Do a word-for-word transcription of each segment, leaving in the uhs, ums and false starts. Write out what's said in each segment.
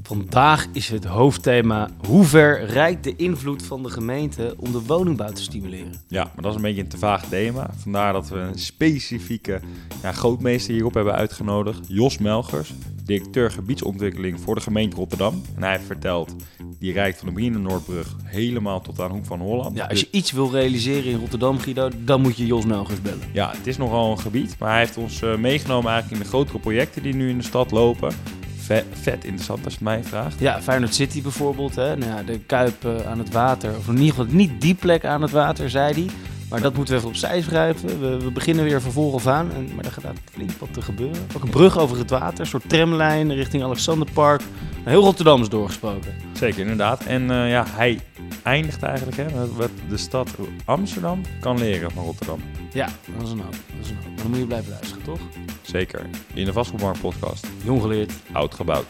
Vandaag is het hoofdthema: hoe ver reikt de invloed van de gemeente om de woningbouw te stimuleren? Ja, maar dat is een beetje een te vaag thema. Vandaar dat we een specifieke ja, grootmeester hierop hebben uitgenodigd. Jos Melgers, directeur gebiedsontwikkeling voor de gemeente Rotterdam. En hij vertelt, die reikt van de Brienen Noordbrug helemaal tot aan Hoek van Holland. Ja, als je iets wil realiseren in Rotterdam, Guido, dan moet je Jos Melgers bellen. Ja, het is nogal een gebied, maar hij heeft ons uh, meegenomen eigenlijk in de grotere projecten die nu in de stad lopen. Vet, vet interessant als je het mij vraagt. Ja, Feyenoord City bijvoorbeeld. Hè? Nou ja, de Kuip uh, aan het water. Of in ieder geval niet die plek aan het water, zei hij. Maar dat moeten we even opzij schrijven. We, we beginnen weer van vooraf aan. En, maar er gaat flink wat te gebeuren. Ook een brug over het water. Een soort tramlijn richting Alexanderpark. Heel Rotterdam is doorgesproken. Zeker, inderdaad. En uh, ja, hij eindigt eigenlijk hè, wat de stad Amsterdam kan leren van Rotterdam. Ja, dat is een hoop. Dat is een hoop. Maar dan moet je blijven luisteren, toch? Zeker. In de Vastgoedmarkt podcast. Jong geleerd. Oud gebouwd.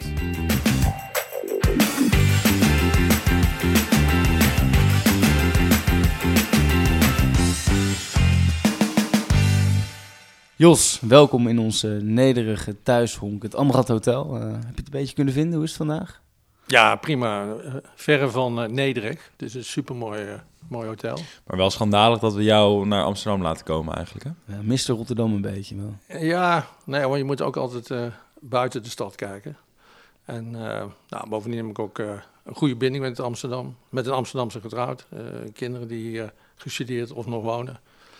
Jos, welkom in ons uh, nederige thuishonk, het Amrad Hotel. Uh, heb je het een beetje kunnen vinden? Hoe is het vandaag? Ja, prima. Uh, verre van uh, nederig. Het is een supermooi uh, mooi hotel. Maar wel schandalig dat we jou naar Amsterdam laten komen eigenlijk, hè? Ja, mister Rotterdam een beetje wel. Ja, nee, want je moet ook altijd uh, buiten de stad kijken. En uh, nou, bovendien heb ik ook uh, een goede binding met Amsterdam. Met een Amsterdamse getrouwd. Uh, kinderen die hier uh, gestudeerd of nog wonen.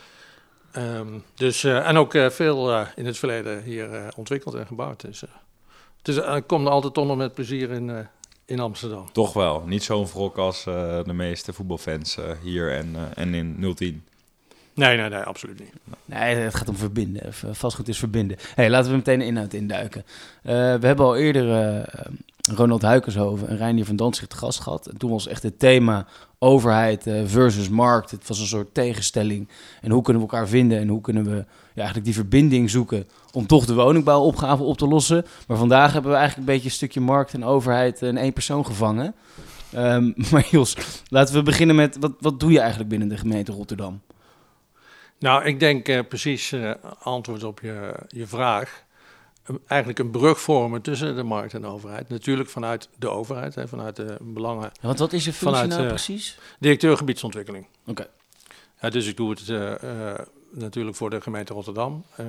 Um, dus, uh, en ook uh, veel uh, in het verleden hier uh, ontwikkeld en gebouwd. Dus, uh, dus uh, ik kom er altijd toch nog met plezier in, uh, in Amsterdam. Toch wel. Niet zo'n wrok als uh, de meeste voetbalfans uh, hier en, uh, en in nul tien. Nee, nee, nee, absoluut niet. Nee, het gaat om verbinden. Vastgoed is verbinden. Hey, laten we meteen de inhoud induiken. Uh, we hebben al eerder uh, Ronald Huikershoven en Reinier van Dantzig te gast gehad. En toen was echt het thema overheid uh, versus markt. Het was een soort tegenstelling. En hoe kunnen we elkaar vinden en hoe kunnen we ja, eigenlijk die verbinding zoeken om toch de woningbouwopgave op te lossen. Maar vandaag hebben we eigenlijk een beetje een stukje markt en overheid in één persoon gevangen. Um, maar Jos, laten we beginnen met wat, wat doe je eigenlijk binnen de gemeente Rotterdam? Nou, ik denk uh, precies uh, antwoord op je, je vraag. Um, eigenlijk een brug vormen tussen de markt en de overheid. Natuurlijk vanuit de overheid, hè, vanuit de belangen. Ja, want wat is je functie vanuit, nou uh, precies? Directeur gebiedsontwikkeling. Oké. Okay. Ja, dus ik doe het uh, uh, natuurlijk voor de gemeente Rotterdam. Uh,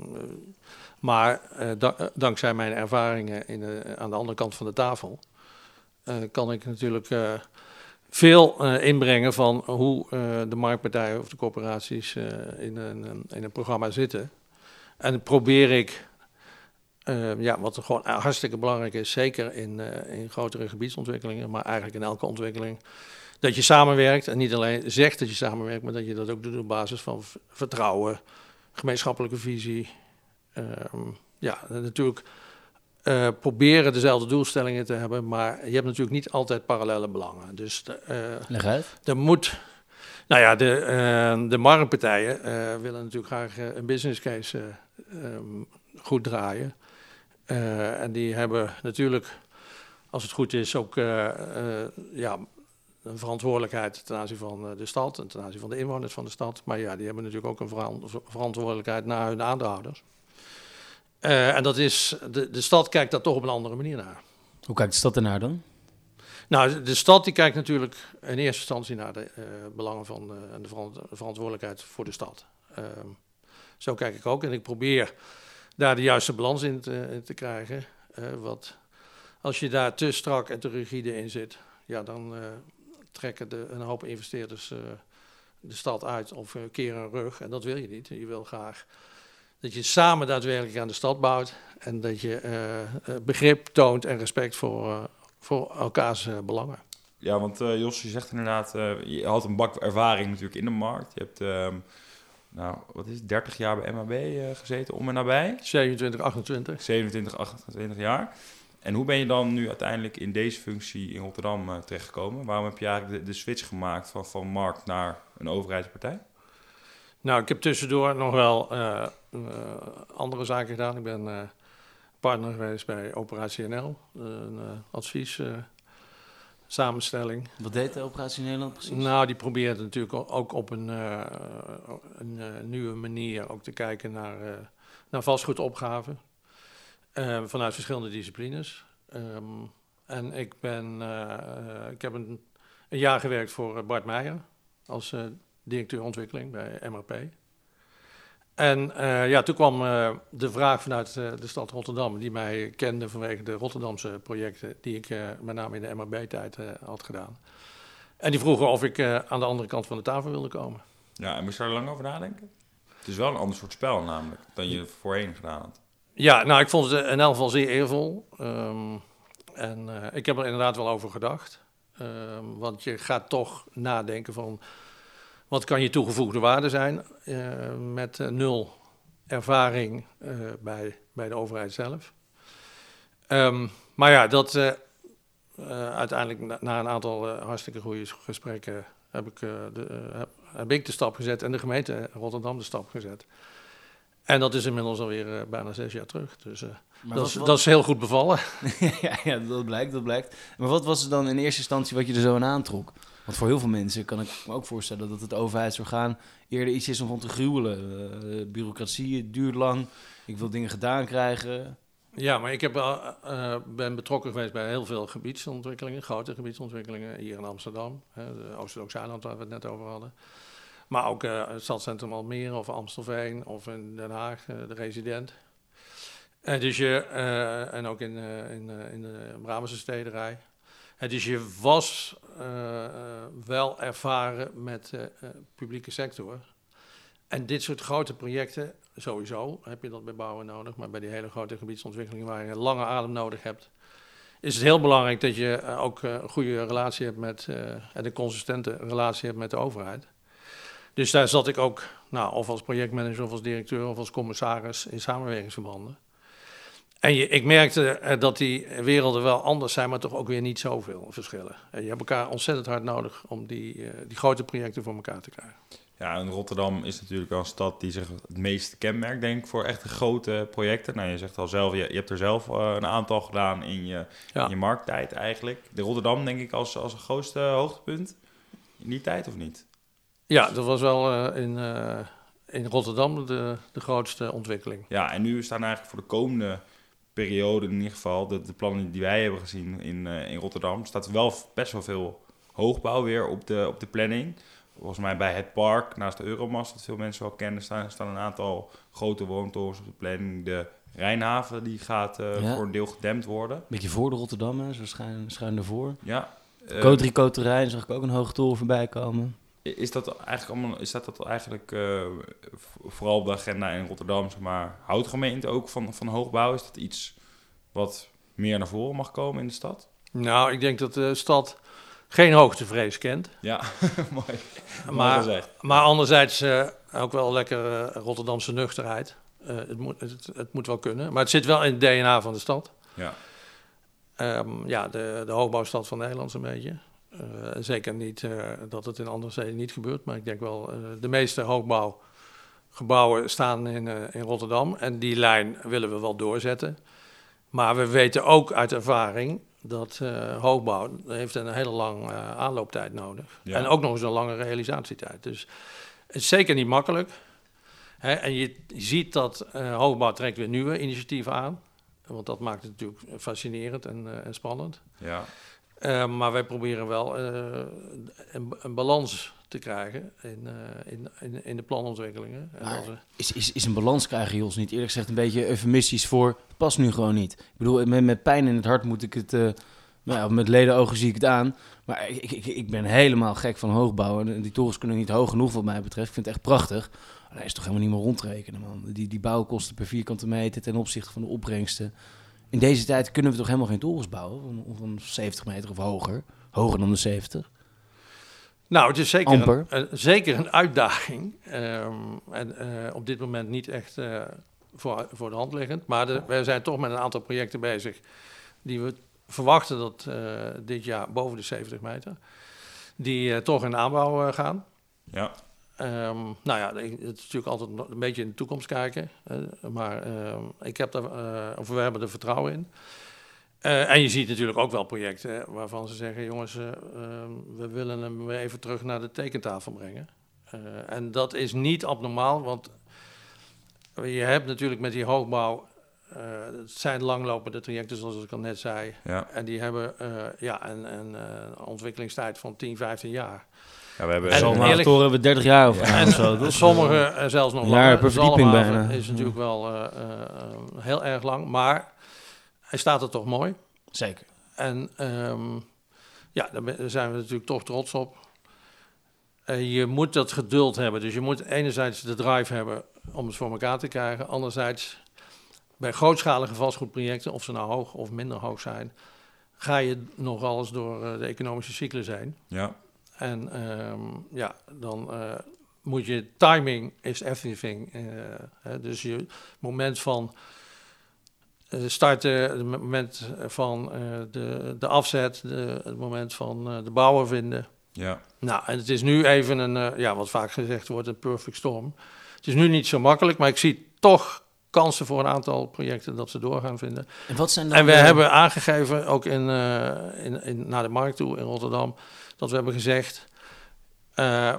maar uh, da- dankzij mijn ervaringen in de, aan de andere kant van de tafel uh, kan ik natuurlijk Uh, veel uh, inbrengen van hoe uh, de marktpartijen of de corporaties uh, in, een, in een programma zitten. En probeer ik, uh, ja, wat er gewoon hartstikke belangrijk is, zeker in, uh, in grotere gebiedsontwikkelingen, maar eigenlijk in elke ontwikkeling, dat je samenwerkt en niet alleen zegt dat je samenwerkt, maar dat je dat ook doet op basis van v- vertrouwen, gemeenschappelijke visie. Uh, ja, natuurlijk Uh, proberen dezelfde doelstellingen te hebben, maar je hebt natuurlijk niet altijd parallele belangen. Dus de, uh, Leg uit. er moet, nou ja, de, uh, de marktpartijen uh, willen natuurlijk graag uh, een business case uh, um, goed draaien. Uh, en die hebben natuurlijk, als het goed is, ook uh, uh, ja, een verantwoordelijkheid ten aanzien van uh, de stad en ten aanzien van de inwoners van de stad. Maar ja, die hebben natuurlijk ook een veran- verantwoordelijkheid naar hun aandeelhouders. Uh, en dat is, de, de stad kijkt daar toch op een andere manier naar. Hoe kijkt de stad ernaar dan? Nou, de, de stad die kijkt natuurlijk in eerste instantie naar de uh, belangen van uh, en de verant- verantwoordelijkheid voor de stad. Uh, zo kijk ik ook en ik probeer daar de juiste balans in te, in te krijgen. Uh, wat, als je daar te strak en te rigide in zit, ja, dan uh, trekken de, een hoop investeerders uh, de stad uit of uh, keren een rug. En dat wil je niet. Je wil graag dat je samen daadwerkelijk aan de stad bouwt en dat je uh, begrip toont en respect voor, uh, voor elkaars uh, belangen. Ja, want uh, Jos, je zegt inderdaad, uh, je had een bak ervaring natuurlijk in de markt. Je hebt, uh, nou, wat is het, dertig jaar bij M H B uh, gezeten, om en nabij? zevenentwintig, achtentwintig. zevenentwintig, achtentwintig jaar. En hoe ben je dan nu uiteindelijk in deze functie in Rotterdam uh, terechtgekomen? Waarom heb je eigenlijk de, de switch gemaakt van, van markt naar een overheidspartij? Nou, ik heb tussendoor nog wel uh, uh, andere zaken gedaan. Ik ben uh, partner geweest bij Operatie N L, een uh, advies uh, samenstelling. Wat deed de Operatie Nederland precies? Nou, die probeert natuurlijk ook op een, uh, een uh, nieuwe manier ook te kijken naar, uh, naar vastgoedopgaven. Uh, vanuit verschillende disciplines. Um, En ik, ben, uh, ik heb een, een jaar gewerkt voor Bart Meijer als uh, directeur ontwikkeling bij M R P. En uh, ja, toen kwam uh, de vraag vanuit uh, de stad Rotterdam, die mij kende vanwege de Rotterdamse projecten die ik uh, met name in de M R B-tijd uh, had gedaan. En die vroegen of ik uh, aan de andere kant van de tafel wilde komen. Ja, en moest je daar lang over nadenken? Het is wel een ander soort spel namelijk, dan je voorheen gedaan had. Ja, nou, ik vond het in elk geval zeer eervol. Um, en uh, ik heb er inderdaad wel over gedacht. Um, want je gaat toch nadenken van, wat kan je toegevoegde waarde zijn uh, met uh, nul ervaring uh, bij, bij de overheid zelf. Um, maar ja, dat uh, uh, uiteindelijk na, na een aantal uh, hartstikke goede gesprekken heb ik, uh, de, uh, heb, heb ik de stap gezet en de gemeente Rotterdam de stap gezet. En dat is inmiddels alweer uh, bijna zes jaar terug. Dus uh, dat, wat, is, wat... dat is heel goed bevallen. ja, ja, dat blijkt, dat blijkt. Maar wat was het dan in eerste instantie wat je er zo aan aantrok? Want voor heel veel mensen kan ik me ook voorstellen dat het overheidsorgaan eerder iets is om van te gruwelen. Uh, bureaucratie, het duurt lang, ik wil dingen gedaan krijgen. Ja, maar ik heb, uh, uh, ben betrokken geweest bij heel veel gebiedsontwikkelingen, grote gebiedsontwikkelingen, hier in Amsterdam, hè, de Oosterdookse eiland waar we het net over hadden. Maar ook uh, het stadscentrum Almere of Amstelveen of in Den Haag, uh, de resident. En, dus je, uh, en ook in, uh, in, uh, in de Brabantse stederij. En dus je was uh, uh, wel ervaren met de uh, publieke sector. En dit soort grote projecten, sowieso heb je dat bij bouwen nodig. Maar bij die hele grote gebiedsontwikkelingen waar je een lange adem nodig hebt, is het heel belangrijk dat je uh, ook uh, een goede relatie hebt met, uh, en een consistente relatie hebt met de overheid. Dus daar zat ik ook, nou, of als projectmanager, of als directeur, of als commissaris in samenwerkingsverbanden. En je, ik merkte uh, dat die werelden wel anders zijn, maar toch ook weer niet zoveel verschillen. En je hebt elkaar ontzettend hard nodig om die, uh, die grote projecten voor elkaar te krijgen. Ja, en Rotterdam is natuurlijk wel een stad die zich het meest kenmerkt, denk ik, voor echt grote projecten. Nou, je zegt al zelf, je, je hebt er zelf uh, een aantal gedaan in je, ja. in je markttijd eigenlijk. De Rotterdam, denk ik, als, als een grootste hoogtepunt in die tijd, of niet? Ja, dat was wel uh, in, uh, in Rotterdam de, de grootste ontwikkeling. Ja, en nu staan eigenlijk voor de komende periode in ieder geval, de, de plannen die wij hebben gezien in, uh, in Rotterdam, staat wel best wel veel hoogbouw weer op de, op de planning. Volgens mij bij het park, naast de Euromast, dat veel mensen wel kennen, staan, staan een aantal grote woontorens op de planning. De Rijnhaven, die gaat uh, ja. voor een deel gedempt worden. Beetje voor de Rotterdam, hè? Zo schuin, schuin ervoor. Ja. Uh, Cotericoterrein zag ik ook een hoge toren voorbij komen. Is dat eigenlijk allemaal, is dat, dat eigenlijk uh, vooral op de agenda in Rotterdam, zeg maar, houdt gemeente ook van, van hoogbouw? Is dat iets wat meer naar voren mag komen in de stad? Nou, ik denk dat de stad geen hoogtevrees kent. Ja, mooi. Maar, mooi maar anderzijds uh, ook wel lekker uh, Rotterdamse nuchterheid. Uh, het, moet, het, het moet wel kunnen, maar het zit wel in het D N A van de stad. Ja, um, ja de, de hoogbouwstad van Nederland zo'n beetje. Uh, zeker niet uh, dat het in andere steden niet gebeurt, maar ik denk wel uh, de meeste hoogbouwgebouwen staan in, uh, in Rotterdam. En die lijn willen we wel doorzetten. Maar we weten ook uit ervaring dat uh, hoogbouw heeft een hele lange uh, aanlooptijd nodig. Ja. En ook nog eens een lange realisatietijd. Dus het is zeker niet makkelijk. Hè? En je ziet dat uh, hoogbouw trekt weer nieuwe initiatieven aan. Want dat maakt het natuurlijk fascinerend en, uh, en spannend. Ja. Uh, maar wij proberen wel uh, een, een balans te krijgen in, uh, in, in, in de planontwikkelingen. Maar is, is, is een balans krijgen, Jos, niet eerlijk gezegd een beetje eufemistisch voor, het past nu gewoon niet. Ik bedoel, met, met pijn in het hart moet ik het, uh, nou ja, met ledenogen zie ik het aan. Maar ik, ik, ik ben helemaal gek van hoogbouw. En die torens kunnen niet hoog genoeg wat mij betreft. Ik vind het echt prachtig. Maar dat is toch helemaal niet meer rondrekenen, man. Die, die bouwkosten per vierkante meter ten opzichte van de opbrengsten. In deze tijd kunnen we toch helemaal geen torens bouwen van, van zeventig meter of hoger. Hoger dan de zeventig. Nou, het is zeker, een, een, zeker een uitdaging. Um, en uh, op dit moment niet echt uh, voor, voor de hand liggend. Maar de, wij zijn toch met een aantal projecten bezig die we verwachten dat uh, dit jaar boven de zeventig meter, die uh, toch in aanbouw uh, gaan. Ja. Um, nou ja, het is natuurlijk altijd een beetje in de toekomst kijken. Uh, maar uh, ik heb er, uh, of we hebben er vertrouwen in. Uh, en je ziet natuurlijk ook wel projecten waarvan ze zeggen, jongens, uh, uh, we willen hem weer even terug naar de tekentafel brengen. Uh, en dat is niet abnormaal, want je hebt natuurlijk met die hoogbouw het zijn langlopende trajecten, zoals ik al net zei. Ja. En die hebben uh, ja, een, een uh, ontwikkelingstijd van tien, vijftien jaar. Ja, we hebben en zo'n eerlijk hebben we dertig jaar over. Ja. En zo, dus sommige uh, zelfs nog langer. Per verdieping bijna. Is natuurlijk wel uh, uh, heel erg lang, maar hij staat er toch mooi. Zeker. En um, ja, daar zijn we natuurlijk toch trots op. Uh, je moet dat geduld hebben. Dus je moet enerzijds de drive hebben om het voor elkaar te krijgen. Anderzijds, bij grootschalige vastgoedprojecten, of ze nou hoog of minder hoog zijn, ga je nogal eens door uh, de economische cyclus heen. Ja. En um, ja, dan uh, moet je, timing is everything. Uh, hè, dus je moment van uh, starten, het moment van uh, de, de afzet, de, het moment van uh, de bouwer vinden. Ja. Nou, en het is nu even een, uh, ja, wat vaak gezegd wordt, een perfect storm. Het is nu niet zo makkelijk, maar ik zie toch kansen voor een aantal projecten dat ze door gaan vinden. En wat zijn dan En we de... hebben aangegeven, ook in, uh, in, in, naar de markt toe in Rotterdam, dat we hebben gezegd, uh,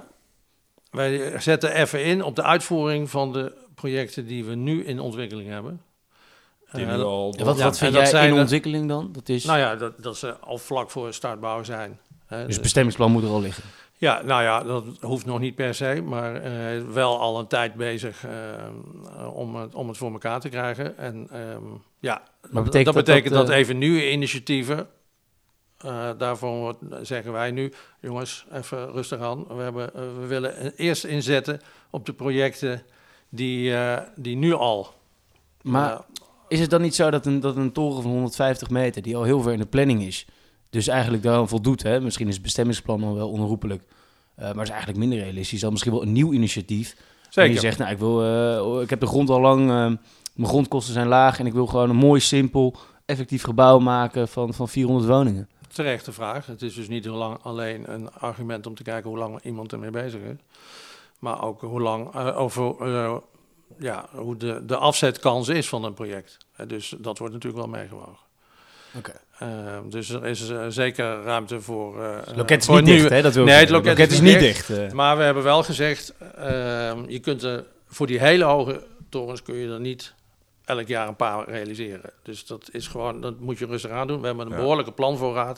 wij zetten even in op de uitvoering van de projecten die we nu in ontwikkeling hebben. Die Uh, nu al En wat, Ja, wat vind en dat jij zijn in de- ontwikkeling dan? Dat is... nou ja, dat, dat ze al vlak voor startbouw zijn. Hè. dus Dus- het bestemmingsplan moet er al liggen. Ja, nou ja, dat hoeft nog niet per se, maar uh, wel al een tijd bezig uh, om, het, om het voor elkaar te krijgen. En um, ja, Maar betekent dat dat betekent dat, dat, uh, even nieuwe initiatieven, uh, daarvoor wordt- zeggen wij nu, jongens, even rustig aan. We, hebben, uh, we willen eerst inzetten op de projecten die, uh, die nu al... Maar uh, is het dan niet zo dat een, dat een toren van honderdvijftig meter, die al heel ver in de planning is, dus eigenlijk daaraan voldoet, hè? Misschien is het bestemmingsplan dan wel onherroepelijk, uh, maar is eigenlijk minder realistisch. Dan misschien wel een nieuw initiatief. zeker. En je zegt, nou, ik, wil, uh, ik heb de grond al lang, uh, mijn grondkosten zijn laag en ik wil gewoon een mooi, simpel, effectief gebouw maken van, van vierhonderd woningen. Terechte vraag. Het is dus niet heel lang alleen een argument om te kijken hoe lang iemand ermee bezig is. Maar ook hoe lang, uh, over, uh, ja, hoe de, de afzetkans is van een project. Uh, dus dat wordt natuurlijk wel meegewogen. Oké. Uh, dus er is uh, zeker ruimte voor... Uh, Het loket is voor niet nieuwe- dicht, hè? Dat wil ik Nee, het zeggen. loket is is niet niet dicht. uh. Maar we hebben wel gezegd, uh, je kunt er voor die hele hoge torens kun je er niet elk jaar een paar realiseren. Dus dat is gewoon, dat moet je rustig aan doen. We hebben een Ja. behoorlijke planvoorraad.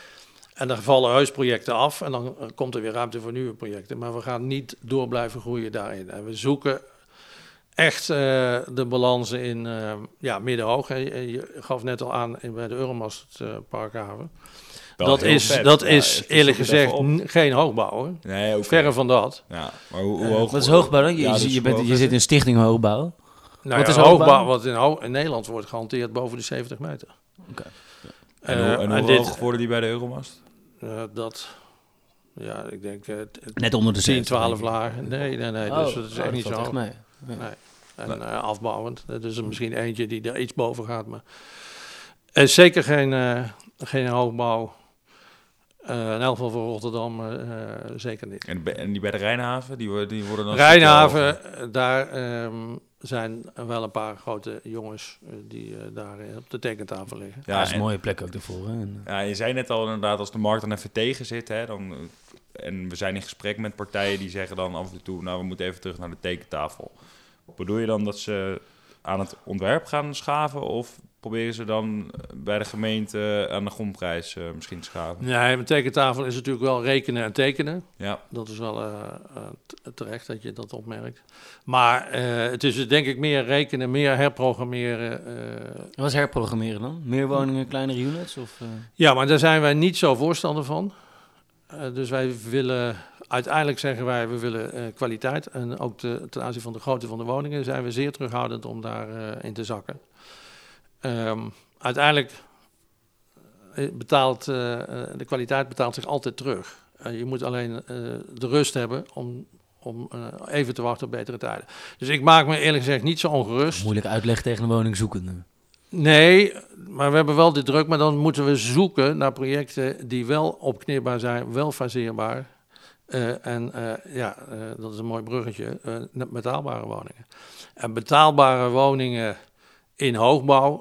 En dan vallen heus projecten af en dan uh, komt er weer ruimte voor nieuwe projecten. Maar we gaan niet door blijven groeien daarin. En we zoeken echt uh, de balansen in uh, ja, midden-hoog. Hè. Je, je gaf net al aan in, bij de Euromast uh, Parkhaven. Wel Dat heel is, vet. dat Ja, is even eerlijk zoek het even gezegd op. n- geen hoogbouw. Hoor. Nee, ook Verre van dat. Ja, maar hoe, hoe Uh, hoog... Wat is hoogbouw dan? Je, Ja, je, dus je, bent, hoe je hoog zit is in Stichting Hoogbouw. Nou Wat ja, is hoogbouw? hoogbouw wat in, ho- in Nederland wordt gehanteerd boven de zeventig meter. Oké. En, Uh, hoe, en hoe dit, hoog worden die bij de Euromast? uh, dat, ja, ik denk uh, t- Net onder de tien, zeventig, twaalf denk ik. lagen. Nee, nee, nee. Oh, Dus dat is oh, echt niet zo valt hoog. mee. Ja. Nee. En uh, afbouwend. Er is er misschien eentje die er iets boven gaat. Maar er is zeker geen, uh, geen hoogbouw. Uh, in elk geval voor Rotterdam uh, zeker niet. En, be- en die bij de Rijnhaven, die, worden- die worden dan... Rijnhaven, uh, daar um, zijn wel een paar grote jongens uh, die uh, daar uh, op de tekentafel liggen. Ja, Ja, dat is een en- mooie plek ook daarvoor. Hè? En, Ja, je zei net al inderdaad, als de markt dan even tegen zit, hè, dan, eh, en we zijn in gesprek met partijen die zeggen dan af en toe, nou, we moeten even terug naar de tekentafel. Bedoel je dan dat ze aan het ontwerp gaan schaven of proberen ze dan bij de gemeente aan de grondprijs uh, misschien te schaven? Nee, mijn tekentafel is natuurlijk wel rekenen en tekenen. Ja, Dat is wel uh, uh, t- terecht dat je dat opmerkt. Maar uh, het is dus denk ik meer rekenen, meer herprogrammeren. Uh, wat is herprogrammeren dan? Meer woningen, kleinere units? Of, uh... ja, maar daar zijn wij niet zo voorstander van. Uh, dus wij willen, uiteindelijk zeggen wij, we willen uh, kwaliteit. En ook te, ten aanzien van de grootte van de woningen zijn we zeer terughoudend om daarin uh, in te zakken. Um, uiteindelijk betaalt uh, de kwaliteit betaalt zich altijd terug. Uh, je moet alleen uh, de rust hebben om, om uh, even te wachten op betere tijden. Dus ik maak me eerlijk gezegd niet zo ongerust. Moeilijk uitleg tegen een woningzoekende. Nee, maar we hebben wel de druk. Maar dan moeten we zoeken naar projecten die wel opknipbaar zijn, wel faseerbaar. Uh, en uh, ja, uh, dat is een mooi bruggetje, uh, betaalbare woningen. En betaalbare woningen in hoogbouw,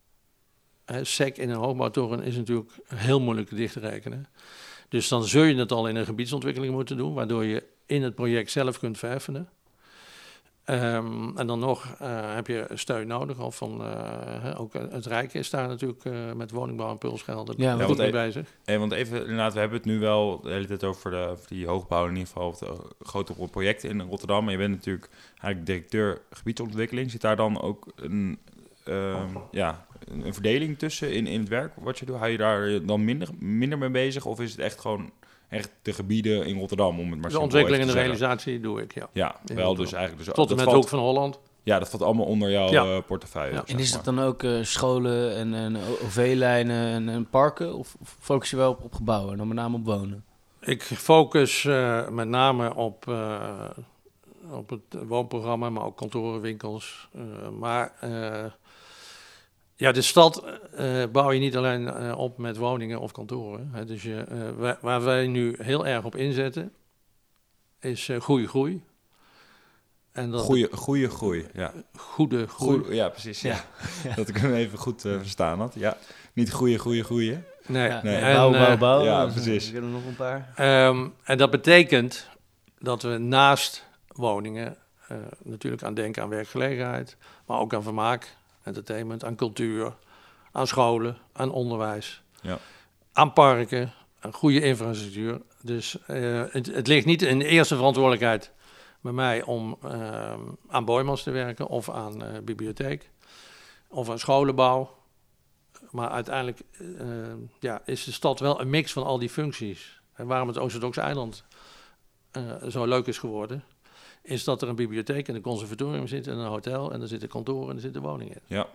hè, S E C in een hoogbouwtoren is natuurlijk heel moeilijk dicht te rekenen. Dus dan zul je het al in een gebiedsontwikkeling moeten doen, waardoor je in het project zelf kunt verheffenen. Um, en dan nog uh, heb je steun nodig. Of van, uh, hè, ook het Rijk is daar natuurlijk uh, met woningbouw en pulsgelden Ja, goed want mee e- bezig. En want even, inderdaad, we hebben het nu wel de hele tijd over, de, over die hoogbouw, in ieder geval of de grote projecten in Rotterdam. Maar je bent natuurlijk eigenlijk directeur gebiedsontwikkeling. Zit daar dan ook een, uh, ja, een verdeling tussen in, in het werk wat je doet? Hou je daar dan minder, minder mee bezig? Of is het echt gewoon echt de gebieden in Rotterdam, om het maar De simpel ontwikkeling en even de te zeggen? realisatie doe ik, ja. Ja, In wel Rotterdam. dus eigenlijk... Dus, Tot en dat met valt- ook van Holland. Ja, dat valt allemaal onder jouw Ja. uh, portefeuille. Ja. zeg En is maar. het dan ook uh, scholen en, en O V-lijnen en, en parken? Of, of focus je wel op, op gebouwen en dan met name op wonen? Ik focus uh, met name op, uh, op het woonprogramma, maar ook kantoren, winkels. Uh, maar uh, ja, de stad uh, bouw je niet alleen uh, op met woningen of kantoren. Hè. Dus je, uh, waar, waar wij nu heel erg op inzetten, is uh, goede groei. En dat Goeie, goeie groei, ja. goede groei. Goeie, ja, precies. Ja. Dat ik hem even goed uh, verstaan had. Ja, niet goeie, goeie, goeie. Nee, Ja, nee. en, bouw, uh, bouw, bouw. ja, Dus, uh, precies. We hebben er nog een paar. Um, en dat betekent dat we naast woningen uh, natuurlijk aan denken aan werkgelegenheid, maar ook aan vermaak, entertainment, aan cultuur, aan scholen, aan onderwijs, Ja. aan parken, aan goede infrastructuur. Dus uh, het, het ligt niet in de eerste verantwoordelijkheid bij mij om uh, aan Boijmans te werken of aan uh, bibliotheek of aan scholenbouw. Maar uiteindelijk uh, ja, is de stad wel een mix van al die functies. En waarom het Oosterdokse eiland uh, zo leuk is geworden, is dat er een bibliotheek en een conservatorium zit en een hotel en er zitten kantoren en er zitten woningen. Ja.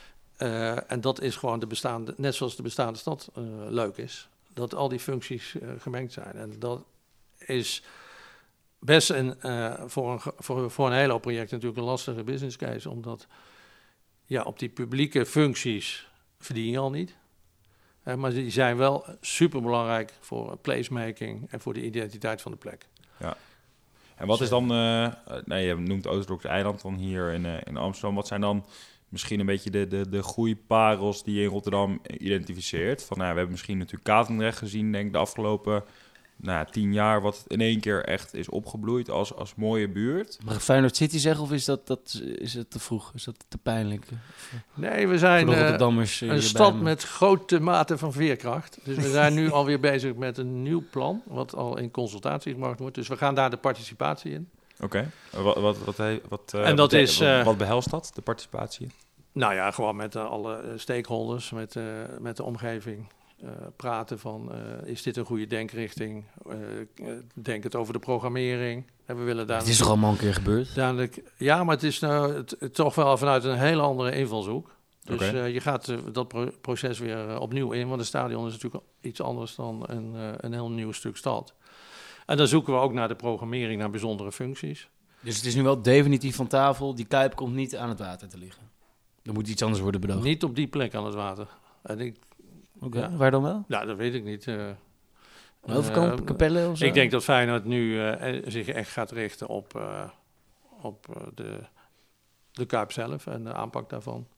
Uh, en dat is gewoon de bestaande, net zoals de bestaande stad uh, leuk is, dat al die functies uh, gemengd zijn. En dat is best een, uh, voor, een, voor, voor een hele hoop projecten natuurlijk een lastige business case, omdat ja, op die publieke functies verdien je al niet. Uh, maar die zijn wel superbelangrijk voor placemaking en voor de identiteit van de plek. Ja. En wat is dan, uh, nee, je noemt Oosterdokse eiland dan hier in, uh, in Amsterdam. Wat zijn dan misschien een beetje de, de, de groeiparels die je in Rotterdam identificeert? Van, nou, we hebben misschien natuurlijk Katendrecht gezien, denk ik, de afgelopen nou, tien jaar, wat in één keer echt is opgebloeid als, als mooie buurt. Mag ik Feyenoord City zeggen of is dat, dat is het te vroeg? Is dat te pijnlijk? Of, Nee, we zijn voor de uh, Rotterdammers, uh, een hierbij, stad maar- met grote mate van veerkracht. Dus we zijn nu alweer bezig met een nieuw plan, wat al in consultatie gemaakt wordt. Dus we gaan daar de participatie in. Oké. Okay. Wat, wat, wat, wat, uh, En dat wat, is, wat, uh, wat behelst dat, de participatie? Nou ja, gewoon met uh, alle stakeholders, met, uh, met de omgeving. Uh, praten van, uh, is dit een goede denkrichting? Uh, uh, denk het over de programmering. En we willen daar Het is toch allemaal een keer gebeurd? dadelijk, ja, maar het is nou het, het toch wel vanuit een hele andere invalshoek. Dus Oké. uh, je gaat uh, dat pro- proces weer uh, opnieuw in, want een stadion is natuurlijk iets anders dan een, uh, een heel nieuw stuk stad. En dan zoeken we ook naar de programmering, naar bijzondere functies. Dus het is nu wel definitief van tafel. Die Kuip komt niet aan het water te liggen. Er moet iets anders worden bedacht. Niet op die plek aan het water. En ik, Oké, ja. waar dan wel? nou, dat weet ik niet. Uh, Overkamp, uh, Capelle of zo? Ik denk dat Feyenoord nu uh, zich echt gaat richten op, uh, op uh, de, de Kuip zelf en de aanpak daarvan.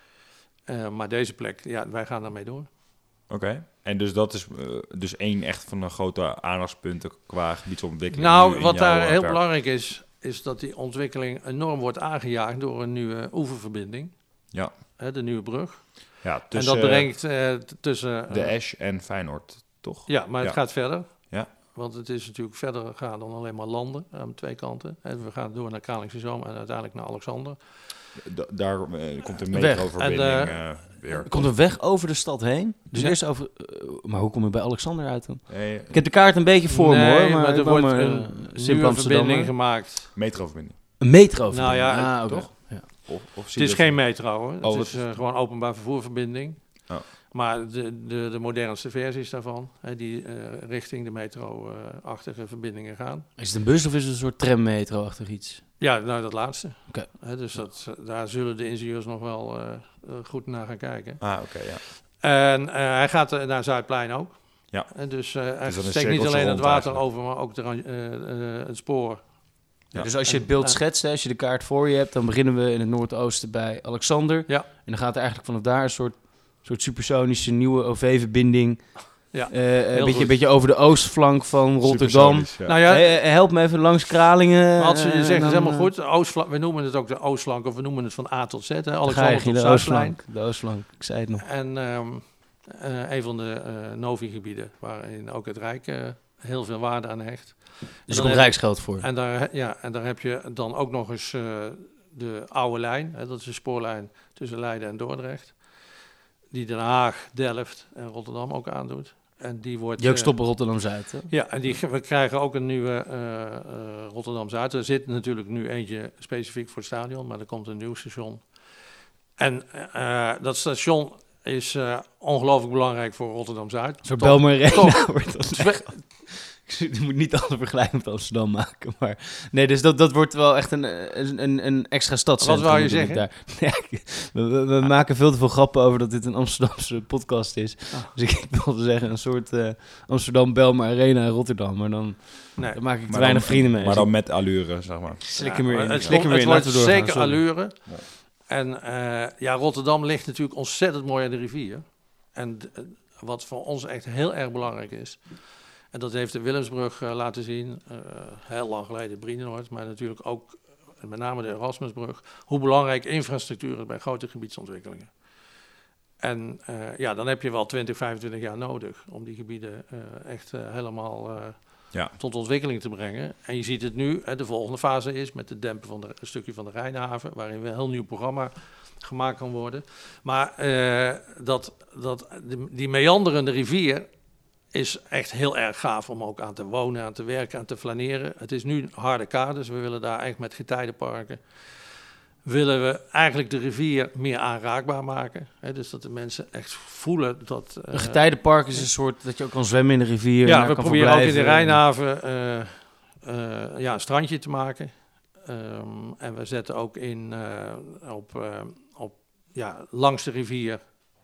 Uh, maar deze plek, ja, wij gaan daarmee door. Oké. Okay. En dus dat is uh, dus één echt van de grote aandachtspunten qua gebiedsontwikkeling. Nou, nu in wat jouw, daar uh, heel werk. belangrijk is, is dat die ontwikkeling enorm wordt aangejaagd door een nieuwe oeververbinding. Ja. Hè, de nieuwe brug. Ja, En tussen dat brengt uh, t- tussen... Uh, de Esch en Feyenoord, toch? Ja, maar het Ja. gaat verder. Ja. Want het is natuurlijk verder gaan dan alleen maar landen aan twee kanten. En we gaan door naar Kralingse Zoom en uiteindelijk naar Alexander. Da- daar uh, komt een Weg. metroverbinding En, uh, weer. Er komt een weg over de stad heen. Dus Ja. eerst over... uh, maar hoe kom je bij Alexander uit dan? Hey, Ik heb de kaart een beetje voor nee, me hoor. Maar, maar ik er woon wordt maar, een uh, nieuwe simpel verbinding Amsterdammer. gemaakt. metroverbinding. Een metro. Nou ja, ah, oké. toch? Ja. Of, of Het zie is je geen metro, hoor. Oh, het is wat- uh, gewoon openbaar vervoerverbinding. Oh. Maar de, de, de modernste versies daarvan, hè, die uh, richting de metro-achtige verbindingen gaan. Is het een bus of is het een soort trammetro-achtig iets? Ja, nou dat laatste. Oké. Hè, dus dat, daar zullen de ingenieurs nog wel uh, uh, goed naar gaan kijken. Ah, oké, ja. En uh, hij gaat uh, naar Zuidplein ook. Ja. En dus uh, hij dan een steekt niet cirkeltje alleen het rond water eigenlijk. over, maar ook de, uh, uh, het spoor. Ja. Dus als je En- het beeld en- schetst, hè, als je de kaart voor je hebt, dan beginnen we in het noordoosten bij Alexander. Ja. En dan gaat er eigenlijk vanaf daar een soort, soort supersonische nieuwe O V-verbinding Ja, Uh, een beetje, goed. beetje over de oostflank van Rotterdam. Ja. Nou ja, Hey, help me even langs Kralingen. als je uh, zegt, het is dan, helemaal uh, goed. De oostflank, we noemen het ook de oostflank, of we noemen het van A tot Z. Hè, Ga je, Alexander tot de Zuidlijn. oostflank. De oostflank, ik zei het nog. En um, uh, een van de uh, Novi-gebieden, waarin ook het Rijk uh, heel veel waarde aan hecht. Dus er komt rijksgeld voor. En daar, ja, en daar heb je dan ook nog eens uh, de oude lijn. Hè, dat is de spoorlijn tussen Leiden en Dordrecht. Die Den Haag, Delft en Rotterdam ook aandoet. En die wordt... Die ook uh, stoppen Rotterdam-Zuid, hè? Ja, en die, we krijgen ook een nieuwe uh, uh, Rotterdam-Zuid. Er zit natuurlijk nu eentje specifiek voor het stadion, maar er komt een nieuw station. En uh, dat station is uh, ongelooflijk belangrijk voor Rotterdam-Zuid. Voor Belmer Arena wordt dat Zwe- Je moet niet alle vergelijking met Amsterdam maken, maar... Nee, dus dat, dat wordt wel echt een, een, een extra stadscentrum. Wat wou je zeggen? Daar. Ja, we we, we ja. maken veel te veel grappen over dat dit een Amsterdamse podcast is. Oh. Dus ik, ik wilde zeggen, een soort uh, Amsterdam, Belmer Arena in Rotterdam. Maar dan, nee. dan maak ik te weinig dan, vrienden mee. Maar dan met allure, zeg maar. Slik ja, hem weer in. Het, Slik hem weer het in. wordt zeker sorry. allure. Ja. En uh, ja, Rotterdam ligt natuurlijk ontzettend mooi aan de rivier. En d- wat voor ons echt heel erg belangrijk is... En dat heeft de Willemsbrug uh, laten zien, uh, heel lang geleden Brienenoord, maar natuurlijk ook uh, met name de Erasmusbrug, hoe belangrijk infrastructuur is bij grote gebiedsontwikkelingen. En uh, ja, dan heb je wel twintig, vijfentwintig jaar nodig om die gebieden uh, echt uh, helemaal uh, ja. tot ontwikkeling te brengen. En je ziet het nu, hè, de volgende fase is met het dempen van de, een stukje van de Rijnhaven, waarin weer een heel nieuw programma gemaakt kan worden. Maar uh, dat, dat, die, die meanderende rivier... is echt heel erg gaaf om ook aan te wonen, aan te werken, aan te flaneren. Het is nu harde kaders. We willen daar echt met getijdenparken... willen we eigenlijk de rivier meer aanraakbaar maken. Hè, dus dat de mensen echt voelen dat... Uh, een getijdenpark is een soort dat je ook kan zwemmen in de rivier. Ja, we kan proberen ook in de Rijnhaven uh, uh, ja, een strandje te maken. Um, en we zetten ook in uh, op, uh, op ja, langs de rivier...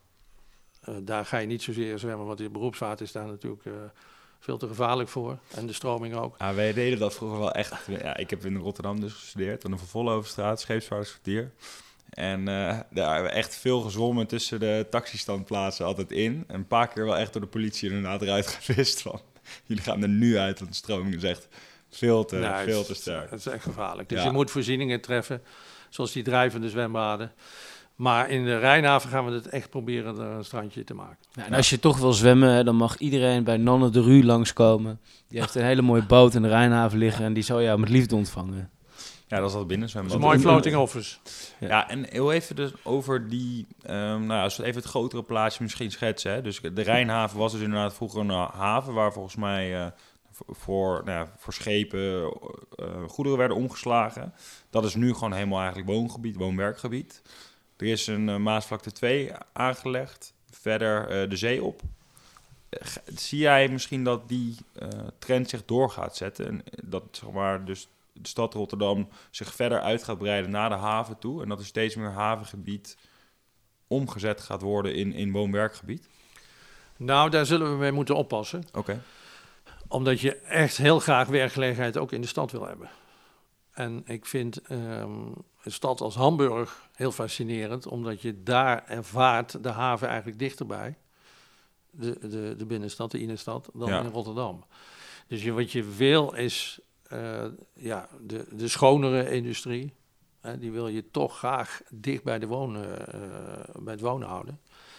Uh, daar ga je niet zozeer zwemmen, want de beroepsvaart is daar natuurlijk uh, veel te gevaarlijk voor. En de stroming ook. Ja, wij deden dat vroeger wel echt. Ja, ik heb in Rotterdam dus gestudeerd, aan de Van Vollenhovenstraat, scheepsvaartskwartier. En uh, daar hebben we echt veel gezwommen tussen de taxistandplaatsen altijd in. En een paar keer wel echt door de politie inderdaad eruit gevist van... Jullie gaan er nu uit, want de stroming is echt veel te, nou, veel het, te sterk. Het is echt gevaarlijk. Dus ja. je moet voorzieningen treffen, zoals die drijvende zwembaden. Maar in de Rijnhaven gaan we het echt proberen er een strandje te maken. Ja, en als je toch wil zwemmen, dan mag iedereen bij Nanne de Rue langskomen. Die heeft een hele mooie boot in de Rijnhaven liggen en die zal jou met liefde ontvangen. Ja, dat is al binnenzwembad. Dat is een mooi floating office. Ja, ja, en heel even dus over die... Um, nou ja, als we even het grotere plaatje misschien schetsen. Hè. Dus de Rijnhaven was dus inderdaad vroeger een haven... waar volgens mij uh, voor, nou ja, voor schepen uh, goederen werden omgeslagen. Dat is nu gewoon helemaal eigenlijk woongebied, woonwerkgebied. Er is een uh, Maasvlakte twee aangelegd, verder uh, de zee op. Uh, zie jij misschien dat die uh, trend zich door gaat zetten? En dat zeg maar, dus de stad Rotterdam zich verder uit gaat breiden naar de haven toe... en dat er steeds meer havengebied omgezet gaat worden in, in woon-werkgebied? Nou, daar zullen we mee moeten oppassen. Oké. Okay. Omdat je echt heel graag werkgelegenheid ook in de stad wil hebben. En ik vind um, een stad als Hamburg heel fascinerend... omdat je daar ervaart de haven eigenlijk dichterbij... de, de, de binnenstad, de innenstad, dan ja. in Rotterdam. Dus je, wat je wil is uh, ja, de, de schonere industrie... Hè, die wil je toch graag dicht bij, de wonen, uh, bij het wonen houden...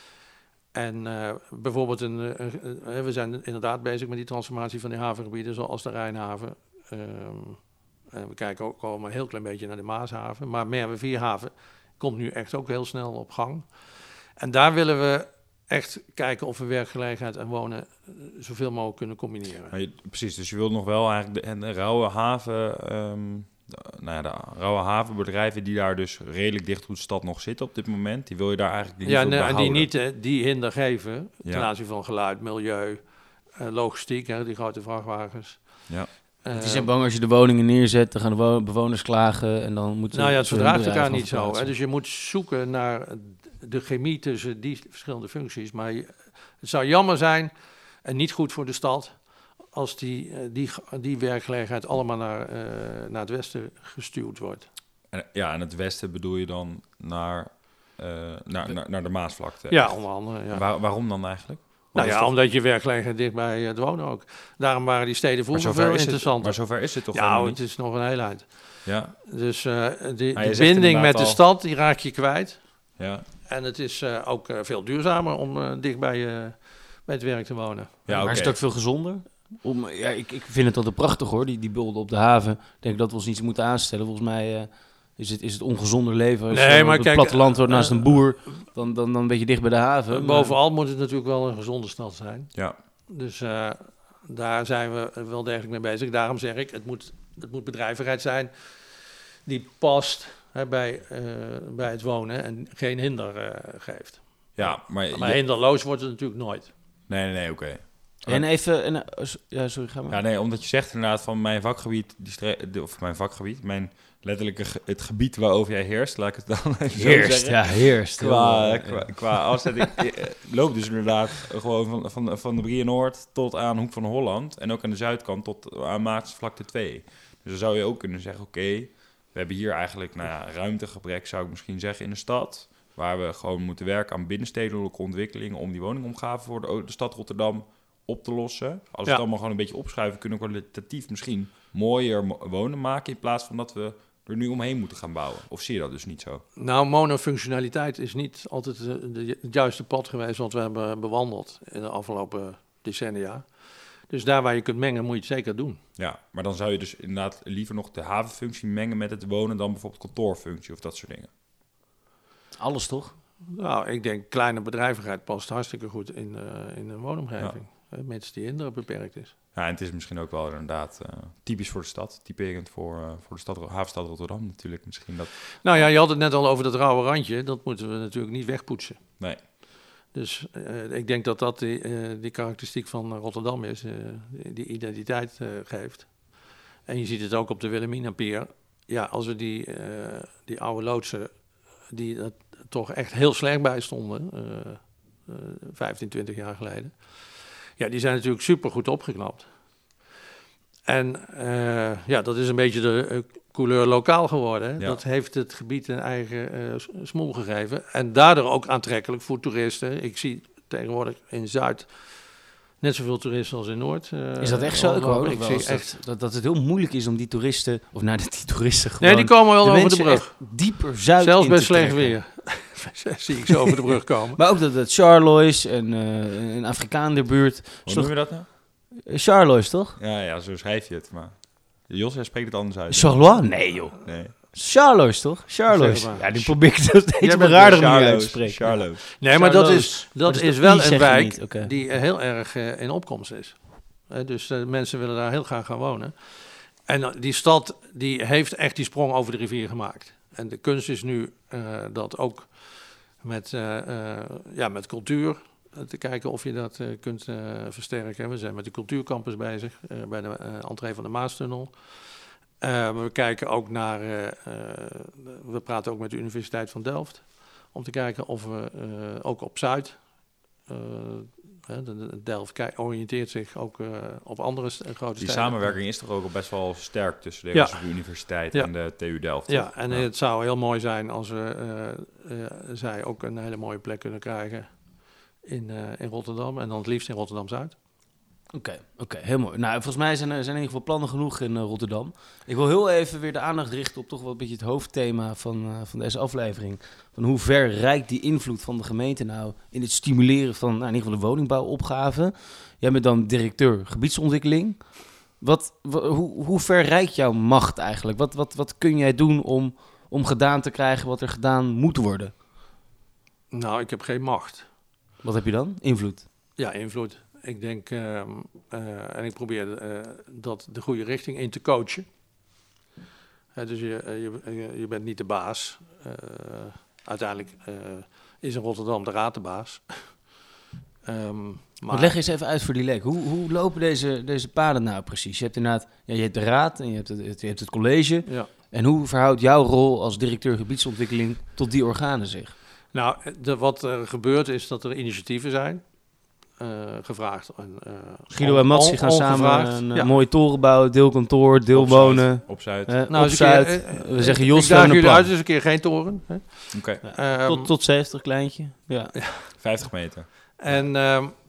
En uh, bijvoorbeeld, een, een, een, we zijn inderdaad bezig met die transformatie van die havengebieden... zoals de Rijnhaven... Um, En we kijken ook al maar een heel klein beetje naar de Maashaven. Maar Merwe-Vierhaven komt nu echt ook heel snel op gang. En daar willen we echt kijken of we werkgelegenheid en wonen zoveel mogelijk kunnen combineren. Ja, je, precies, dus je wilt nog wel eigenlijk de, de rauwe haven... Um, de, nou ja, de rauwe havenbedrijven die daar dus redelijk dicht op de stad nog zitten op dit moment... die wil je daar eigenlijk niet ja, voor nee, behouden. en die niet uh, die hinder geven ten ja. aanzien van geluid, milieu, uh, logistiek, hè, die grote vrachtwagens... Ja. Uh, die zijn bang als je de woningen neerzet, dan gaan de wo- bewoners klagen en dan moeten... Nou ja, het verdraagt elkaar niet zo. Hè? Dus je moet zoeken naar de chemie tussen die verschillende functies. Maar je, het zou jammer zijn en niet goed voor de stad als die, die, die werkgelegenheid allemaal naar, uh, naar het westen gestuurd wordt. En, ja, en het westen bedoel je dan naar, uh, naar, naar, naar de Maasvlakte? Ja, onder andere. Ja. Waar, waarom dan eigenlijk? Nou is ja, toch- omdat je werkgelegenheid dicht bij het wonen ook. Daarom waren die steden maar vroeger zover veel is het, interessanter. maar zover is het toch Ja, helemaal het niet? is nog een heel eind. Ja, Dus uh, die, Maar je de zegt binding inderdaad met de al- stad, die raak je kwijt. ja. En het is uh, ook uh, veel duurzamer om uh, dicht bij, uh, bij het werk te wonen. Ja, maar oké. is het ook veel gezonder? Om, ja, ik, ik vind het altijd prachtig hoor, die, die bulden op de haven. Ik denk dat we ons iets moeten aanstellen. Volgens mij uh, is, het, is het ongezonder leven. Als Nee, je maar op het kijk, platteland wordt uh, naast een boer, dan, dan, dan ben je dicht bij de haven. Uh, maar- bovenal moet het natuurlijk wel een gezonde stad zijn. Ja. Dus uh, daar zijn we wel degelijk mee bezig. Daarom zeg ik, het moet, het moet bedrijvigheid zijn die past hè, bij, uh, bij het wonen en geen hinder uh, geeft. Ja, maar... Maar je- hinderloos wordt het natuurlijk nooit. Nee, nee, nee, oké. En even, en, uh, s- ja sorry, ga maar. Ja, nee, omdat je zegt inderdaad van mijn vakgebied, die stre- de- of mijn vakgebied, mijn letterlijke ge- het gebied waarover jij heerst, laat ik het dan even zo Heerst, zeggen. ja, heerst. Qua, Heel, qua, uh, qua afzet, ik eh, loop dus inderdaad gewoon van, van, van de Brieenoord tot aan Hoek van Holland en ook aan de zuidkant tot aan Maartensvlakte twee. Dus dan zou je ook kunnen zeggen, oké, we hebben hier eigenlijk nou ja, ruimtegebrek, zou ik misschien zeggen, in de stad, waar we gewoon moeten werken aan binnenstedelijke ontwikkelingen om die woningomgave voor de, de stad Rotterdam op te lossen. Als we Ja. het allemaal gewoon een beetje opschuiven, kunnen we kwalitatief misschien mooier mo- wonen maken in plaats van dat we er nu omheen moeten gaan bouwen. Of zie je dat dus niet zo? Nou, monofunctionaliteit is niet altijd de, de, het juiste pad geweest wat we hebben bewandeld in de afgelopen decennia. Dus daar waar je kunt mengen, moet je het zeker doen. Ja, maar dan zou je dus inderdaad liever nog de havenfunctie mengen met het wonen dan bijvoorbeeld kantoorfunctie of dat soort dingen. alles toch? Nou, ik denk kleine bedrijvigheid past hartstikke goed in, uh, in een woonomgeving. Ja. Mits die hinder beperkt is. Ja, en het is misschien ook wel inderdaad uh, typisch voor de stad, typerend voor, uh, voor de stad, havenstad Rotterdam natuurlijk. Misschien dat... Nou ja, je had het net al over dat rauwe randje. Dat moeten we natuurlijk niet wegpoetsen. Nee. Dus uh, ik denk dat dat die, uh, die karakteristiek van Rotterdam is, uh, die, die identiteit uh, geeft. En je ziet het ook op de Wilhelminapier. Ja, als we die, uh, die oude loodsen, die er toch echt heel slecht bij stonden, uh, uh, vijftien, twintig jaar geleden. Ja, die zijn natuurlijk super goed opgeknapt. En uh, ja, dat is een beetje de uh, couleur lokaal geworden. Hè? Ja. Dat heeft het gebied een eigen uh, smoel gegeven. En daardoor ook aantrekkelijk voor toeristen. Ik zie tegenwoordig in Zuid net zoveel toeristen als in Noord. Uh, Is dat echt zo? Ik hoor ook ik wel zie eens echt... dat, dat, dat het heel moeilijk is om die toeristen, of nou, die toeristen gewoon... Nee, die komen wel de over de mensen brug. echt dieper zuid Zelfs in bij te slecht trekken. weer. Zie ik ze over de brug komen. Maar ook dat het Charlois en uh, een Afrikaan in de buurt. Hoe noem je dat nou? Charlois, toch? Ja, ja, zo schrijf je het, maar... Jos, hij spreekt het anders uit. Charlois? Nee, joh. Nee. Charlois, toch? Charlois. Zeg maar. Ja, die probeer ik dus steeds Jij maar bent raarder niet uit te Charlo's, spreken. Charlo's. Nee, maar dat Charlois. is, Maar dat dus is I wel zeg een je wijk niet, oké. die uh, heel erg uh, in opkomst is. Uh, dus uh, mensen willen daar heel graag gaan wonen. En uh, die stad die heeft echt die sprong over de rivier gemaakt. En de kunst is nu uh, dat ook met, uh, uh, ja, met cultuur uh, te kijken of je dat uh, kunt uh, versterken. We zijn met de cultuurcampus bezig uh, bij de uh, entree van de Maastunnel. Uh, we kijken ook naar, uh, uh, we praten ook met de Universiteit van Delft om te kijken of we uh, ook op Zuid, uh, de, de Delft kijk, oriënteert zich ook uh, op andere st- grote Die steden. samenwerking is toch ook al best wel sterk tussen de Ja. Erasmus Universiteit Ja. en de T U Delft. Ja, toch? en het zou heel mooi zijn als we uh, uh, zij ook een hele mooie plek kunnen krijgen in, uh, in Rotterdam en dan het liefst in Rotterdam-Zuid. Oké, okay, oké, heel mooi. Nou, volgens mij zijn er, zijn in ieder geval plannen genoeg in uh, Rotterdam. Ik wil heel even weer de aandacht richten op toch wel een beetje het hoofdthema van, uh, van deze aflevering. Van hoe ver reikt die invloed van de gemeente nou in het stimuleren van nou, in ieder geval de woningbouwopgave. Jij bent dan directeur gebiedsontwikkeling. Wat, w- hoe, hoe ver reikt jouw macht eigenlijk? Wat, wat, wat kun jij doen om, om gedaan te krijgen wat er gedaan moet worden? Nou, ik heb geen macht. Wat heb je dan? Invloed. Ja, invloed. Ik denk, uh, uh, en ik probeer uh, dat de goede richting in te coachen. Uh, dus je, uh, je, je bent niet de baas. Uh, uiteindelijk uh, is in Rotterdam de raad de baas. um, maar Maar leg eens even uit voor die lek. Hoe, hoe lopen deze, deze paden nou precies? Je hebt inderdaad ja, je hebt de raad en je hebt het, je hebt het college. ja. En hoe verhoudt jouw rol als directeur gebiedsontwikkeling tot die organen zich? Nou, de, wat er gebeurt is dat er initiatieven zijn. Uh, gevraagd. En, uh, Guido on, en Mats die gaan on, samen een ja. uh, mooie toren bouwen, deelkantoor, deelwonen. Op Zuid. Uh, Nou, op eens Zuid. een keer, uh, We zeggen ik Jos, we daag hebben een jullie uit, plan. dus een keer geen toren. Hè? Oké, Um, Tot, tot zeventig, kleintje. Ja. vijftig meter. En um,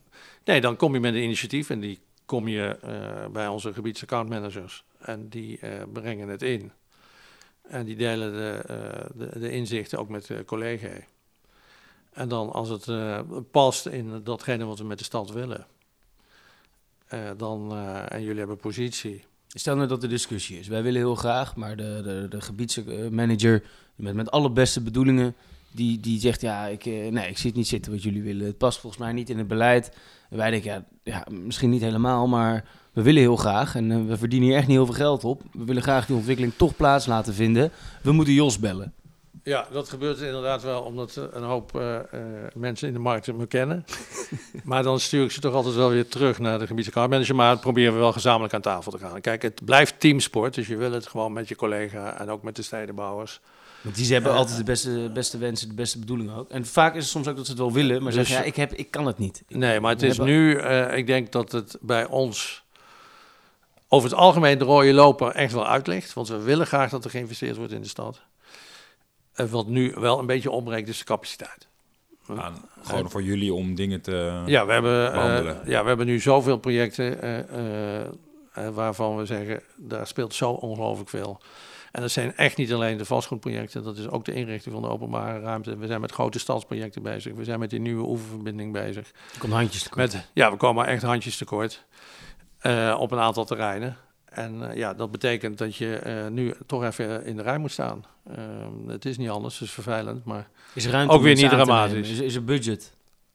Nee, dan kom je met een initiatief en die kom je uh, bij onze gebiedsaccountmanagers. En die uh, brengen het in. En die delen de, uh, de, de inzichten ook met de collega's. En dan als het uh, past in datgene wat we met de stad willen. Uh, dan, uh, en jullie hebben positie. Stel nou dat de discussie is. Wij willen heel graag, maar de, de, de gebiedsmanager met, met alle beste bedoelingen, die, die zegt, ja, ik, nee, ik zie het niet zitten wat jullie willen. Het past volgens mij niet in het beleid. En wij denken, ja, ja, misschien niet helemaal, maar we willen heel graag. En uh, we verdienen hier echt niet heel veel geld op. We willen graag die ontwikkeling toch plaats laten vinden. We moeten Jos bellen. Ja, dat gebeurt inderdaad wel, omdat een hoop uh, uh, mensen in de markt me kennen. Maar dan stuur ik ze toch altijd wel weer terug naar de gebiedsaccountmanager. Maar dat proberen we wel gezamenlijk aan tafel te gaan. Kijk, het blijft teamsport, dus je wil het gewoon met je collega en ook met de stedenbouwers. Want die hebben uh, altijd de beste, beste wensen, de beste bedoelingen ook. En vaak is het soms ook dat ze het wel willen, maar dus, zeggen, ja, ik, heb, ik kan het niet. Nee, maar het is hebben... nu, uh, ik denk dat het bij ons over het algemeen de rode loper echt wel uit ligt. Want we willen graag dat er geïnvesteerd wordt in de stad. En wat nu wel een beetje ontbreekt is de capaciteit. Ja, gewoon uh, voor jullie om dingen te ja, we hebben, behandelen. Uh, ja, we hebben nu zoveel projecten uh, uh, uh, waarvan we zeggen, daar speelt zo ongelooflijk veel. En dat zijn echt niet alleen de vastgoedprojecten, dat is ook de inrichting van de openbare ruimte. We zijn met grote stadsprojecten bezig. We zijn met die nieuwe oeververbinding bezig. Er komt handjes tekort. Met, ja, we komen echt handjes tekort uh, op een aantal terreinen. En uh, ja, dat betekent dat je uh, nu toch even in de rij moet staan. Uh, het is niet anders, het is vervelend, maar is er ruimte ook weer niet dramatisch. Is, is er budget?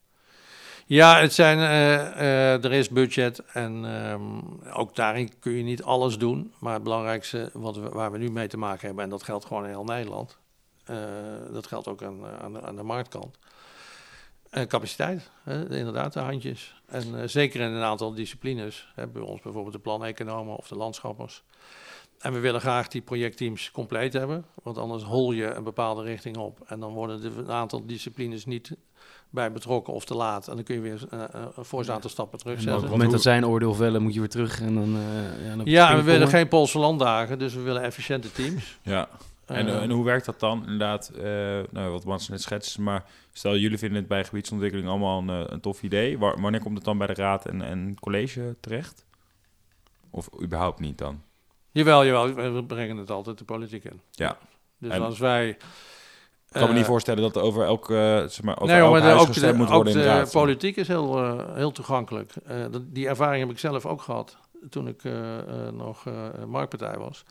Ja, het zijn, uh, uh, er is budget en um, ook daarin kun je niet alles doen. Maar het belangrijkste wat we, waar we nu mee te maken hebben, en dat geldt gewoon in heel Nederland, uh, dat geldt ook aan, aan, de, aan de marktkant. Uh, capaciteit, hè, inderdaad, de handjes. En uh, zeker in een aantal disciplines, hè, bij ons bijvoorbeeld de planeconomen of de landschappers. En we willen graag die projectteams compleet hebben, want anders hol je een bepaalde richting op. En dan worden de, een aantal disciplines niet bij betrokken of te laat. En dan kun je weer uh, een fors aantal stappen terugzetten. Op het moment dat zijn oordeel vellen, moet je weer terug. En dan, uh, ja, dan ja, en we willen geen Poolse landdagen, dus we willen efficiënte teams. Ja. En, uh, en hoe werkt dat dan? Inderdaad, uh, nou, wat Mats net schetst, maar stel jullie vinden het bij gebiedsontwikkeling allemaal een, een tof idee. Waar, wanneer komt het dan bij de raad en, en het college terecht? Of überhaupt niet dan? Jawel, jawel, we brengen het altijd de politiek in. Ja. Dus en als wij... Ik kan uh, me niet voorstellen dat er over elk, uh, zeg maar, over nee, elk maar huis ook gestemd de, moet worden ook in de raad. De politiek is heel, uh, heel toegankelijk. Uh, dat, die ervaring heb ik zelf ook gehad toen ik uh, uh, nog uh, marktpartij was.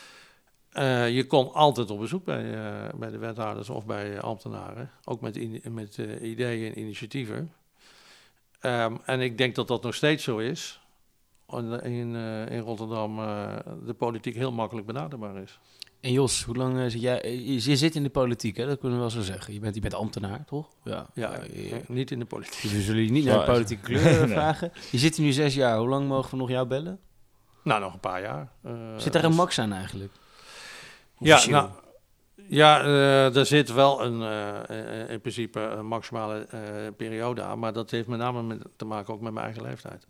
Uh, je kon altijd op bezoek bij, uh, bij de wethouders of bij uh, ambtenaren. Ook met, in, met uh, ideeën en initiatieven. Um, en ik denk dat dat nog steeds zo is. In, uh, in Rotterdam uh, de politiek heel makkelijk benaderbaar is. En Jos, hoe lang uh, zit jij... Je zit in de politiek, hè? Dat kunnen we wel zo zeggen. Je bent, je bent ambtenaar, toch? Ja, ja uh, je, niet in de politiek. Dus we zullen je niet naar de politieke kleur nee. vragen. Je zit hier nu zes jaar. Hoe lang mogen we nog jou bellen? Nou, nog een paar jaar. Uh, zit daar een max aan eigenlijk? Ja, nou, ja uh, er zit wel een, uh, in principe een maximale uh, periode aan, maar dat heeft met name met, te maken ook met mijn eigen leeftijd.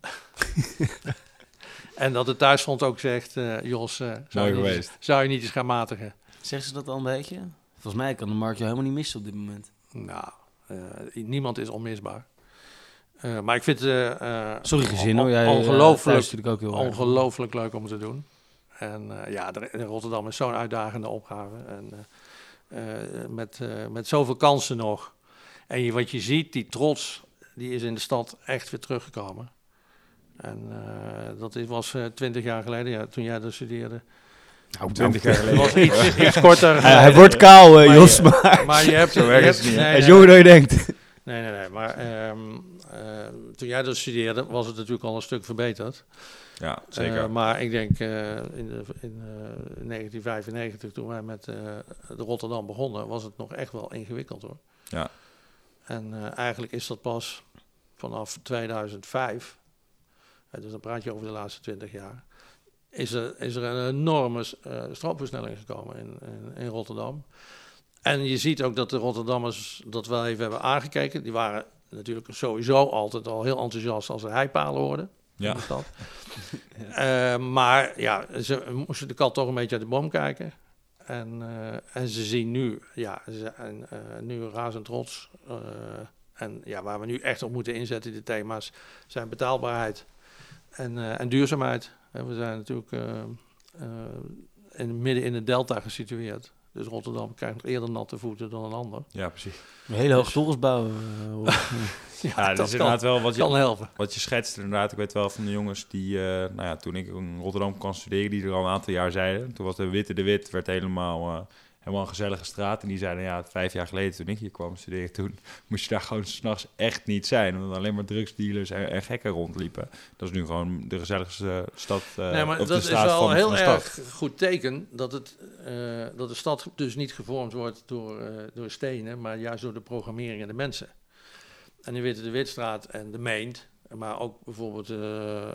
En dat de thuisfront ook zegt, uh, Jos, uh, zou, je niet, zou je niet eens gaan matigen? Zeggen ze dat al een beetje? Volgens mij kan de markt je helemaal niet missen op dit moment. Nou, uh, niemand is onmisbaar. Uh, maar ik vind het uh, Sorry gezin hoor, jij ongelooflijk, uh, ook heel ongelooflijk leuk om te doen. En uh, ja, de, de Rotterdam is zo'n uitdagende opgave. En uh, uh, met, uh, met zoveel kansen nog. En je, wat je ziet, die trots, die is in de stad echt weer teruggekomen. En uh, dat is, was twintig uh, jaar geleden, ja, toen jij daar studeerde. Nou, twintig jaar geleden. Was iets, iets korter. Hij, hij wordt kaal, uh, maar Jos, je, maar... Maar je hebt... Zo erg is het niet. Nee, hij is jonger dan je denkt. Nee, nee, nee. Maar um, uh, toen jij daar studeerde, was het natuurlijk al een stuk verbeterd. Ja, zeker. Uh, maar ik denk uh, in, de, in uh, negentien vijfennegentig, toen wij met uh, de Rotterdam begonnen, was het nog echt wel ingewikkeld hoor. Ja. En uh, eigenlijk is dat pas vanaf tweeduizend vijf, uh, dus dan praat je over de laatste twintig jaar, is er, is er een enorme uh, stroomversnelling gekomen in, in, in Rotterdam. En je ziet ook dat de Rotterdammers dat wel even hebben aangekeken. Die waren natuurlijk sowieso altijd al heel enthousiast als ze heipalen hoorden. Ja. ja. Uh, maar ja, ze moesten de kat toch een beetje uit de boom kijken. En, uh, en ze zien nu, ja, ze zijn uh, nu razend trots. Uh, En ja, waar we nu echt op moeten inzetten, die thema's, zijn betaalbaarheid en, uh, en duurzaamheid. En we zijn natuurlijk uh, uh, in, midden in het delta gesitueerd. Dus Rotterdam krijgt nog eerder natte voeten dan een ander. Ja, precies. Een hele hoge torens bouwen. Uh, ja, ja, dat is inderdaad wel wat je, kan helpen. Wat je schetst inderdaad. Ik weet wel van de jongens die, uh, nou ja, toen ik in Rotterdam kon studeren, die er al een aantal jaar zeiden. Toen was de Witte de Wit, werd helemaal, uh, helemaal een gezellige straat. En die zeiden, ja, vijf jaar geleden toen ik hier kwam studeren, toen moest je daar gewoon 's nachts echt niet zijn. Omdat alleen maar drugsdealers en, en gekken rondliepen. Dat is nu gewoon de gezelligste stad. Uh, nee, maar of dat de straat is wel van, een heel van de erg stad. goed teken dat, het, uh, dat de stad dus niet gevormd wordt door, uh, door stenen, maar juist door de programmering en de mensen. En nu weten de Witstraat en de Meent, maar ook bijvoorbeeld uh, uh,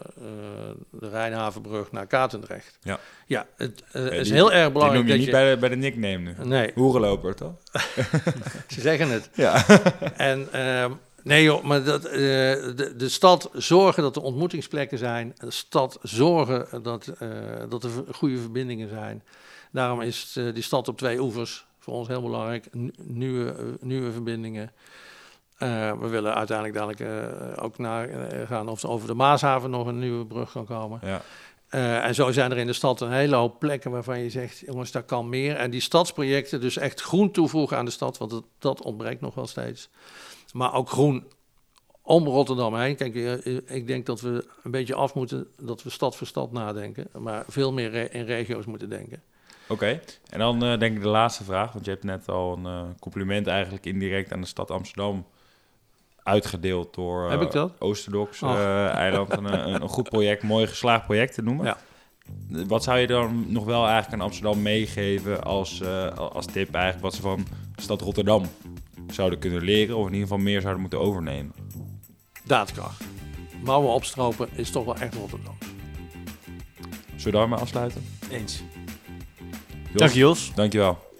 de Rijnhavenbrug naar Katendrecht. Ja, ja het uh, ja, is die, heel erg belangrijk. Die noem je dat niet je... bij, de, bij de nickname nu. Nee. Hoerenloper, toch? Ze zeggen het. Ja. En uh, nee joh, maar dat, uh, de, de stad zorgen dat er ontmoetingsplekken zijn. De stad zorgen dat, uh, dat er goede verbindingen zijn. Daarom is uh, die stad op twee oevers voor ons heel belangrijk. N- nieuwe, uh, nieuwe verbindingen. Uh, we willen uiteindelijk dadelijk uh, ook naar uh, gaan of er over de Maashaven nog een nieuwe brug kan komen. Ja. Uh, en zo zijn er in de stad een hele hoop plekken waarvan je zegt, jongens, daar kan meer. En die stadsprojecten, dus echt groen toevoegen aan de stad, want dat, dat ontbreekt nog wel steeds. Maar ook groen om Rotterdam heen. Kijk, uh, ik denk dat we een beetje af moeten, dat we stad voor stad nadenken. Maar veel meer re- in regio's moeten denken. Oké, okay. En dan uh, denk ik de laatste vraag, want je hebt net al een uh, compliment eigenlijk indirect aan de stad Amsterdam uitgedeeld door uh, Heb ik dat? Oosterdoks Oh. uh, eiland. Een, een, een goed project, mooi geslaagd project te noemen. Ja. Wat zou je dan nog wel eigenlijk aan Amsterdam meegeven als, uh, als tip eigenlijk wat ze van de stad Rotterdam zouden kunnen leren of in ieder geval meer zouden moeten overnemen? Daadkracht. Mouwen opstropen is toch wel echt Rotterdam. Zullen we daarmee afsluiten? Eens. Jos, Dank je, Jos. Dankjewel.